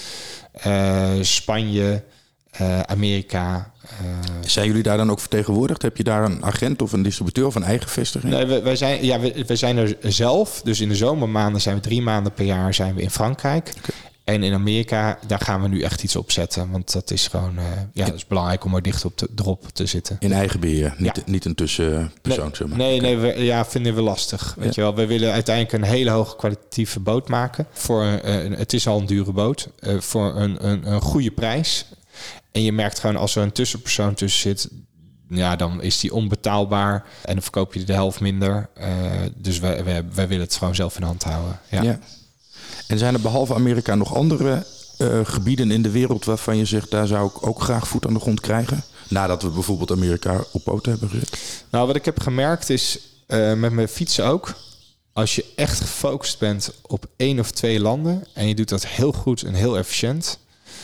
uh, Spanje, uh, Amerika. Uh, zijn jullie daar dan ook vertegenwoordigd? Heb je daar een agent of een distributeur of een eigen vestiging? Nee, wij, wij, zijn, ja, wij, wij zijn er zelf. Dus in de zomermaanden zijn we drie maanden per jaar zijn we in Frankrijk. Okay. En in Amerika, daar gaan we nu echt iets op zetten. Want dat is gewoon uh, ja, dat is belangrijk om er dicht op te, erop te zitten. In eigen beheer, niet, ja. niet een tussenpersoon. Nee, zeg maar. nee, okay. nee we, ja, vinden we lastig. Weet ja. je wel, we willen uiteindelijk een hele hoge kwalitatieve boot maken. Voor, uh, het is al een dure boot. Uh, voor een, een, een goede prijs. En je merkt gewoon als er een tussenpersoon tussen zit, ja, dan is die onbetaalbaar en dan verkoop je de helft minder. Uh, dus wij, wij, wij willen het gewoon zelf in de hand houden. Ja. Ja. En zijn er behalve Amerika nog andere uh, gebieden in de wereld waarvan je zegt, daar zou ik ook graag voet aan de grond krijgen? Nadat we bijvoorbeeld Amerika op poten hebben gezet. Nou, wat ik heb gemerkt is, uh, met mijn fietsen ook, als je echt gefocust bent op één of twee landen en je doet dat heel goed en heel efficiënt,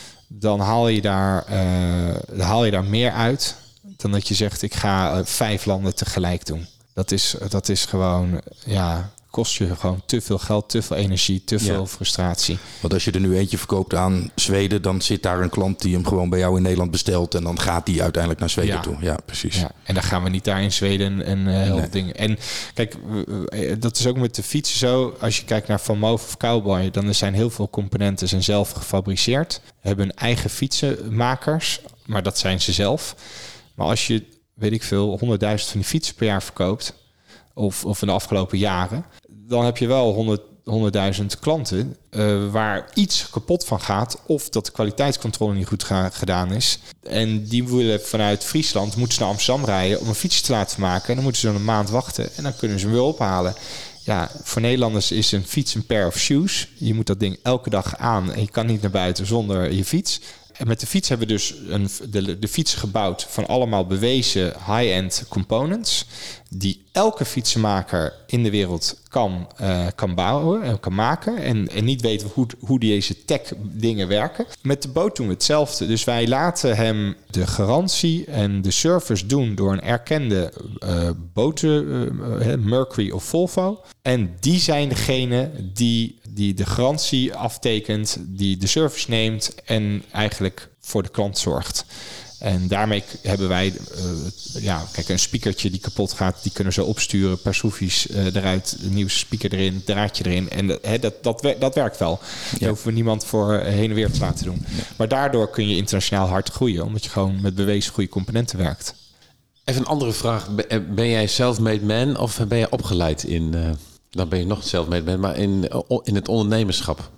dan haal je daar, uh, dan haal je daar meer uit dan dat je zegt, ik ga uh, vijf landen tegelijk doen. Dat is, dat is gewoon, ja, kost je gewoon te veel geld, te veel energie, te veel Ja. frustratie. Want als je er nu eentje verkoopt aan Zweden, dan zit daar een klant die hem gewoon bij jou in Nederland bestelt. En dan gaat die uiteindelijk naar Zweden Ja. toe. Ja, precies. Ja, en dan gaan we niet daar in Zweden en uh, heel Nee. veel dingen. En kijk, uh, dat is ook met de fietsen zo. Als je kijkt naar Van Moof of Cowboy, dan zijn heel veel componenten zijn zelf gefabriceerd. Hebben hun eigen fietsenmakers, maar dat zijn ze zelf. Maar als je, weet ik veel, honderdduizend van die fietsen per jaar verkoopt, of, of in de afgelopen jaren, dan heb je wel honderd honderdduizend klanten uh, waar iets kapot van gaat, of dat de kwaliteitscontrole niet goed ga- gedaan is. En die willen vanuit Friesland, moeten ze naar Amsterdam rijden om een fiets te laten maken. En dan moeten ze een maand wachten en dan kunnen ze hem weer ophalen. Ja, voor Nederlanders is een fiets een pair of shoes. Je moet dat ding elke dag aan en je kan niet naar buiten zonder je fiets. En met de fiets hebben we dus een, de, de fiets gebouwd van allemaal bewezen high-end components, die elke fietsenmaker in de wereld kan, uh, kan bouwen en kan maken. En, en niet weten hoe, hoe deze tech dingen werken. Met de boot doen we hetzelfde. Dus wij laten hem de garantie en de service doen door een erkende uh, boten, uh, Mercury of Volvo. En die zijn degene die, die de garantie aftekent, die de service neemt en eigenlijk voor de klant zorgt. En daarmee hebben wij, uh, ja, kijk, een speakertje die kapot gaat, die kunnen ze opsturen per schroefjes uh, eruit, een nieuwe speaker erin, draadje erin. En dat, he, dat, dat, dat werkt wel. Daar ja. hoeven we niemand voor heen en weer te laten doen. Ja. Maar daardoor kun je internationaal hard groeien, omdat je gewoon met bewezen goede componenten werkt. Even een andere vraag. Ben jij self-made man of ben je opgeleid in, uh, dan ben je nog self-made man, maar in, in het ondernemerschap?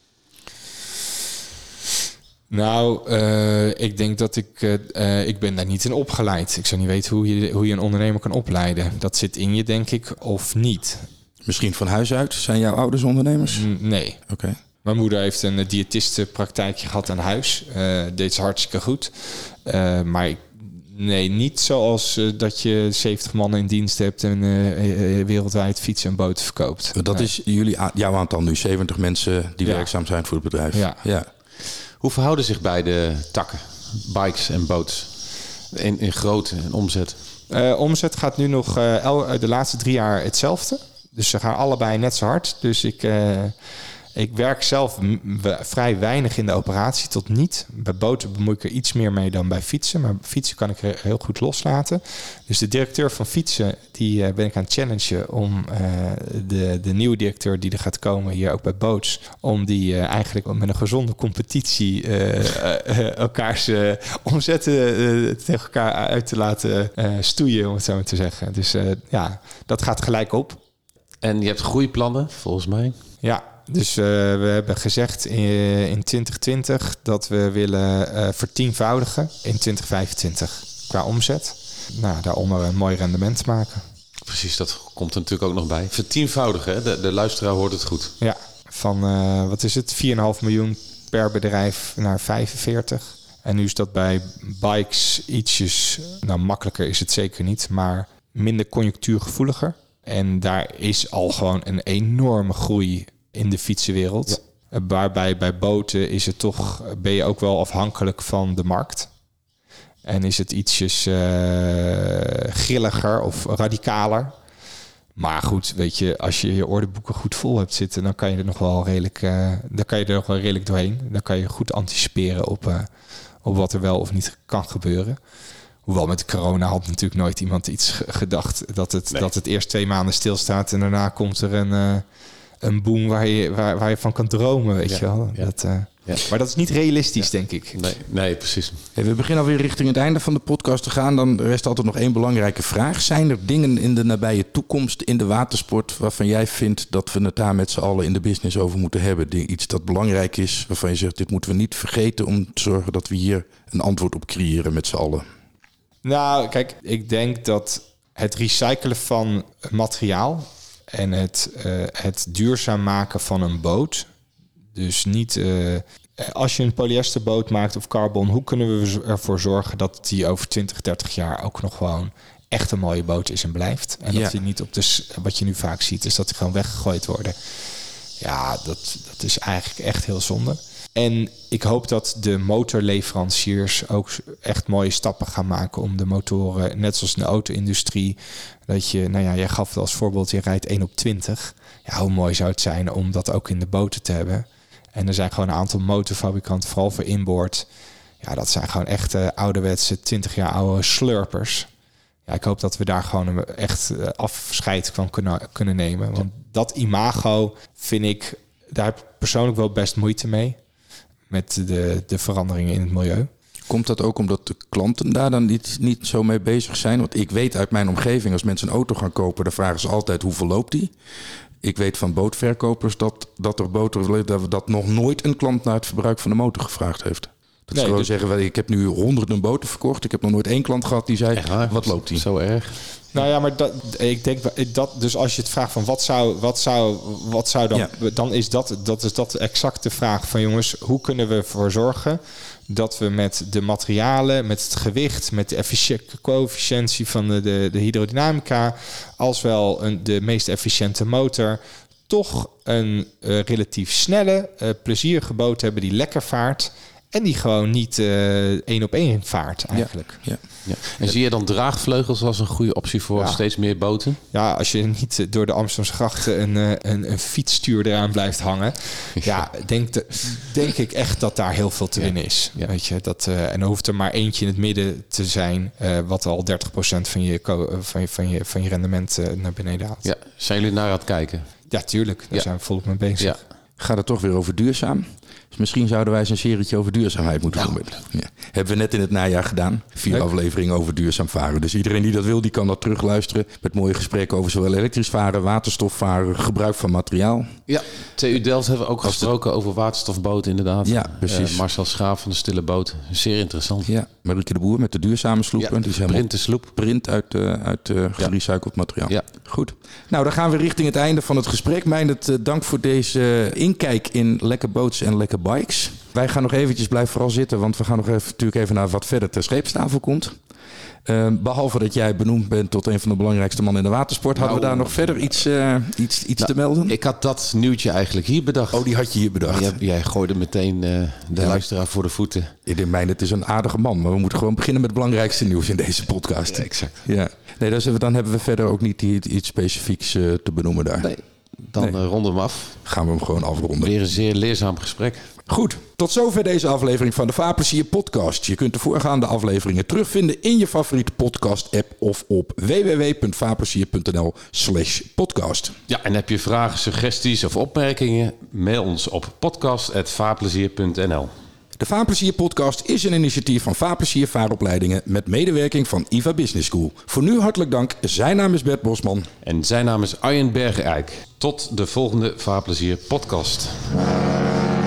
Nou, uh, ik denk dat ik... Uh, uh, ik ben daar niet in opgeleid. Ik zou niet weten hoe je, hoe je een ondernemer kan opleiden. Dat zit in je, denk ik, of niet. Misschien van huis uit? Zijn jouw ouders ondernemers? N- nee. Oké. Okay. Mijn moeder heeft een diëtistenpraktijkje gehad aan huis. Uh, deed ze hartstikke goed. Uh, maar ik, nee, niet zoals uh, dat je zeventig man in dienst hebt en uh, wereldwijd fietsen en boten verkoopt. Dat nee. is jullie, jouw aantal nu, zeventig mensen die ja. werkzaam zijn voor het bedrijf. Ja. ja. Hoe verhouden zich beide takken, bikes en boats, in, in grootte en omzet? Uh, omzet gaat nu nog uh, el- de laatste drie jaar hetzelfde. Dus ze gaan allebei net zo hard. Dus ik, uh, ik werk zelf m- w- vrij weinig in de operatie, tot niet. Bij boten bemoei ik er iets meer mee dan bij fietsen. Maar fietsen kan ik heel goed loslaten. Dus de directeur van fietsen, die uh, ben ik aan het challengen om uh, de, de nieuwe directeur die er gaat komen hier ook bij Boots, om die uh, eigenlijk met een gezonde competitie uh, uh, elkaars uh, omzetten uh, tegen elkaar uit te laten uh, stoeien, om het zo maar te zeggen. Dus uh, ja, dat gaat gelijk op. En je hebt groeiplannen, volgens mij? Ja, dus uh, we hebben gezegd in, in twintig twintig dat we willen uh, vertienvoudigen in twintig vijfentwintig qua omzet. Nou, daaronder een mooi rendement maken. Precies, dat komt er natuurlijk ook nog bij. Vertienvoudigen, hè? De, de luisteraar hoort het goed. Ja, van uh, wat is het? vier komma vijf miljoen per bedrijf naar vijfenveertig. En nu is dat bij bikes ietsjes, nou makkelijker is het zeker niet, maar minder conjunctuurgevoeliger. En daar is al gewoon een enorme groei in de fietsenwereld. Ja. Waarbij bij boten is het toch, ben je ook wel afhankelijk van de markt. En is het ietsjes uh, grilliger of radicaler. Maar goed, weet je, als je je ordeboeken goed vol hebt zitten, dan kan je er nog wel redelijk, uh, dan kan je er nog wel redelijk doorheen. Dan kan je goed anticiperen op, uh, op wat er wel of niet kan gebeuren. Hoewel met corona had natuurlijk nooit iemand iets gedacht dat het, nee. dat het eerst twee maanden stilstaat en daarna komt er een, uh, een boom waar je, waar, waar je van kan dromen, weet ja, je wel. Ja. Dat, uh, ja. Maar dat is niet realistisch, ja. denk ik. Nee, nee precies. Hey, we beginnen alweer richting het einde van de podcast te gaan. Dan rest altijd nog één belangrijke vraag. Zijn er dingen in de nabije toekomst in de watersport waarvan jij vindt dat we het daar met z'n allen in de business over moeten hebben? Iets dat belangrijk is, waarvan je zegt, dit moeten we niet vergeten om te zorgen dat we hier een antwoord op creëren met z'n allen? Nou, kijk, ik denk dat het recyclen van materiaal en het, uh, het duurzaam maken van een boot, dus niet uh, als je een polyesterboot maakt of carbon, hoe kunnen we ervoor zorgen dat die over twintig, dertig jaar ook nog gewoon echt een mooie boot is en blijft? En ja. dat die niet op de, wat je nu vaak ziet, is dat die gewoon weggegooid worden. Ja, dat, dat is eigenlijk echt heel zonde. En ik hoop dat de motorleveranciers ook echt mooie stappen gaan maken om de motoren, net zoals in de auto-industrie, dat je, nou ja, jij gaf het als voorbeeld, je rijdt één op twintig. Ja, hoe mooi zou het zijn om dat ook in de boten te hebben. En er zijn gewoon een aantal motorfabrikanten, vooral voor inboord. Ja, dat zijn gewoon echte ouderwetse, twintig jaar oude slurpers. Ja, ik hoop dat we daar gewoon echt afscheid van kunnen, kunnen nemen. Want dat imago vind ik, daar heb ik persoonlijk wel best moeite mee. Met de, de veranderingen in het milieu. Komt dat ook omdat de klanten daar dan niet, niet zo mee bezig zijn? Want ik weet uit mijn omgeving, als mensen een auto gaan kopen, dan vragen ze altijd hoeveel loopt die. Ik weet van bootverkopers dat, dat er boten, dat, dat nog nooit een klant naar het verbruik van de motor gevraagd heeft. Dat nee, ze gewoon dus zeggen, ik heb nu honderden boten verkocht. Ik heb nog nooit één klant gehad die zei, wat loopt die? Zo erg. Nou ja, maar dat, ik denk dat, dus als je het vraagt van wat zou, wat zou, wat zou dan, ja. dan is dat, dat is dat exact de vraag van jongens, hoe kunnen we ervoor zorgen dat we met de materialen, met het gewicht, met de efficie- coëfficiëntie van de, de, de hydrodynamica, als wel een, de meest efficiënte motor, toch een uh, relatief snelle, uh, plezierige boot hebben die lekker vaart. En die gewoon niet uh, één op één vaart eigenlijk. Ja, ja. Ja. En zie je dan draagvleugels als een goede optie voor ja. steeds meer boten? Ja, als je niet door de Amsterdamse grachten een, een, een fietsstuur eraan blijft hangen. Ja, denk, de, denk ik echt dat daar heel veel te winnen is. Ja. Weet je, dat, uh, en dan hoeft er maar eentje in het midden te zijn, uh, wat al dertig procent van je, van je, van je, van je rendement uh, naar beneden haalt. Ja. Zijn jullie naar aan het kijken? Ja, tuurlijk. Daar ja. zijn we volop mee bezig. Ja. Gaat het toch weer over duurzaam? Dus misschien zouden wij eens een serietje over duurzaamheid moeten doen. Nou. Ja. Hebben we net in het najaar gedaan. Vier Leuk. afleveringen over duurzaam varen. Dus iedereen die dat wil, die kan dat terugluisteren. Met mooie gesprekken over zowel elektrisch varen, waterstof varen, gebruik van materiaal. Ja, T U Delft hebben we ook Als gesproken de... over waterstofboten inderdaad. Ja, precies. Uh, Marcel Schaaf van de Stille Boot. Zeer interessant. Ja, Marieke de Boer met de duurzame sloepen. Ja, die is print de sloep. Print uit, uh, uit uh, gerecycled ja. materiaal. Ja. Goed. Nou, dan gaan we richting het einde van het gesprek. Meindert, uh, dank voor deze uh, inkijk in lekker boats en lekker bikes. Wij gaan nog eventjes blijven vooral zitten, want we gaan nog even, natuurlijk even naar wat verder ter scheepstafel komt. Uh, behalve dat jij benoemd bent tot een van de belangrijkste mannen in de watersport, hadden nou, we daar nog verder iets, uh, iets, iets nou, te melden? Ik had dat nieuwtje eigenlijk hier bedacht. Oh, die had je hier bedacht. Jij, jij gooide meteen uh, de ja, luisteraar voor de voeten. Ik denk, mijn, het is een aardige man, maar we moeten gewoon beginnen met het belangrijkste nieuws in deze podcast. Ja, exact. Ja. Nee, dus, dan hebben we verder ook niet iets specifieks uh, te benoemen daar. Nee, dan nee. Uh, ronden we hem af. Gaan we hem gewoon afronden. Weer een zeer leerzaam gesprek. Goed, tot zover deze aflevering van de Vaarplezier podcast. Je kunt de voorgaande afleveringen terugvinden in je favoriete podcast app of op w w w punt vaarplezier punt n l slash podcast. Ja, en heb je vragen, suggesties of opmerkingen? Mail ons op podcast apenstaartje vaarplezier punt n l. De Vaarplezier podcast is een initiatief van Vaarplezier Vaaropleidingen met medewerking van I V A Business School. Voor nu hartelijk dank. Zijn naam is Bert Bosman. En zijn naam is Arjen Bergeijk. Tot de volgende Vaarplezier podcast.